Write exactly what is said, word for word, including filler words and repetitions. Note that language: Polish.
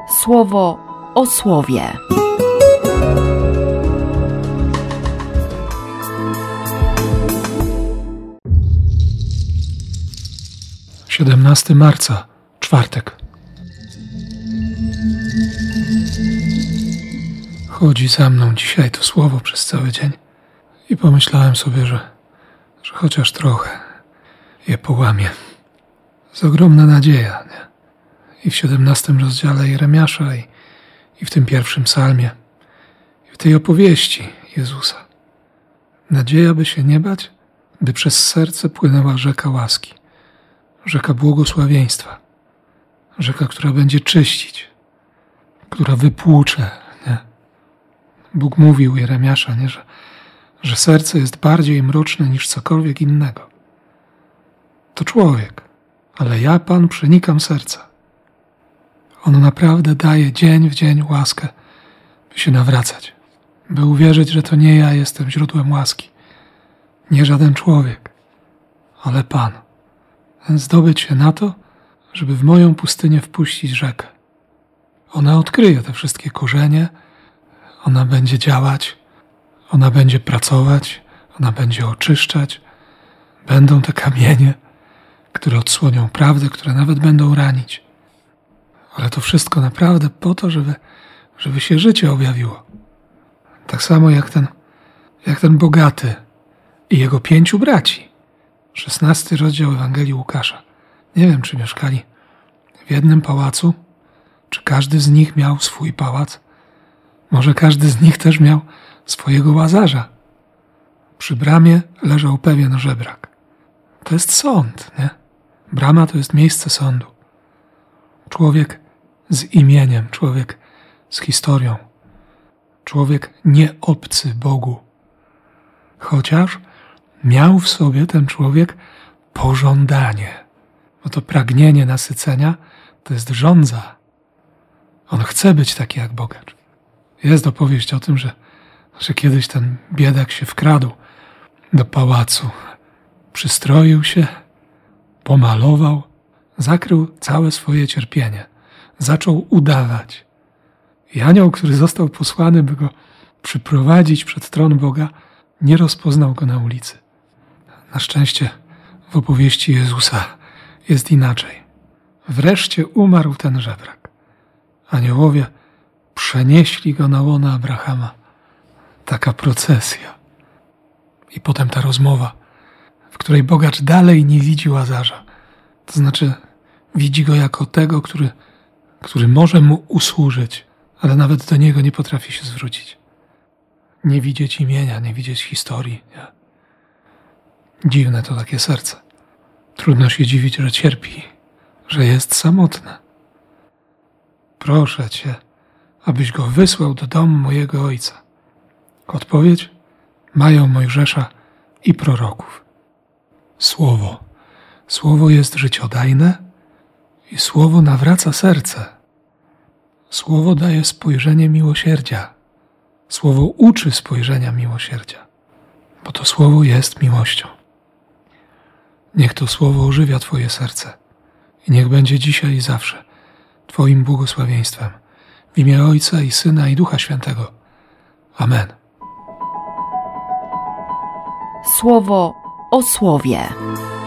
Słowo o słowie. siedemnastego marca, czwartek. Chodzi za mną dzisiaj to słowo przez cały dzień i pomyślałem sobie, że, że chociaż trochę je połamię. Jest ogromna nadzieja, nie? I w siedemnastym rozdziale Jeremiasza i, i w tym pierwszym psalmie i w tej opowieści Jezusa. Nadzieja, by się nie bać, gdy przez serce płynęła rzeka łaski, rzeka błogosławieństwa, rzeka, która będzie czyścić, która wypłucze, nie? Bóg mówił Jeremiasza, nie? Że, że serce jest bardziej mroczne niż cokolwiek innego. To człowiek, ale ja, Pan, przenikam serca. On naprawdę daje dzień w dzień łaskę, by się nawracać, by uwierzyć, że to nie ja jestem źródłem łaski, nie żaden człowiek, ale Pan. Zdobyć się na to, żeby w moją pustynię wpuścić rzekę. Ona odkryje te wszystkie korzenie, ona będzie działać, ona będzie pracować, ona będzie oczyszczać. Będą te kamienie, które odsłonią prawdę, które nawet będą ranić. Ale to wszystko naprawdę po to, żeby, żeby się życie objawiło. Tak samo jak ten, jak ten bogaty i jego pięciu braci. szesnasty rozdział Ewangelii Łukasza. Nie wiem, czy mieszkali w jednym pałacu, czy każdy z nich miał swój pałac. Może każdy z nich też miał swojego łazarza. Przy bramie leżał pewien żebrak. To jest sąd, nie? Brama to jest miejsce sądu. Człowiek z imieniem, człowiek z historią. Człowiek nie obcy Bogu. Chociaż miał w sobie ten człowiek pożądanie. Bo to pragnienie nasycenia to jest żądza. On chce być taki jak bogacz. Jest opowieść o tym, że, że kiedyś ten biedak się wkradł do pałacu. Przystroił się, pomalował, zakrył całe swoje cierpienie. Zaczął udawać. I anioł, który został posłany, by go przyprowadzić przed tron Boga, nie rozpoznał go na ulicy. Na szczęście w opowieści Jezusa jest inaczej. Wreszcie umarł ten żebrak. Aniołowie przenieśli go na łono Abrahama. Taka procesja. I potem ta rozmowa, w której bogacz dalej nie widzi łazarza. To znaczy widzi go jako tego, który, który może mu usłużyć, ale nawet do niego nie potrafi się zwrócić. Nie widzieć imienia, nie widzieć historii. Nie? Dziwne to takie serce. Trudno się dziwić, że cierpi, że jest samotne. Proszę Cię, abyś go wysłał do domu mojego ojca. Odpowiedź mają Mojżesza i proroków. Słowo. Słowo jest życiodajne i słowo nawraca serce. Słowo daje spojrzenie miłosierdzia. Słowo uczy spojrzenia miłosierdzia, bo to słowo jest miłością. Niech to słowo ożywia Twoje serce i niech będzie dzisiaj i zawsze Twoim błogosławieństwem. W imię Ojca i Syna i Ducha Świętego. Amen. Słowo o słowie.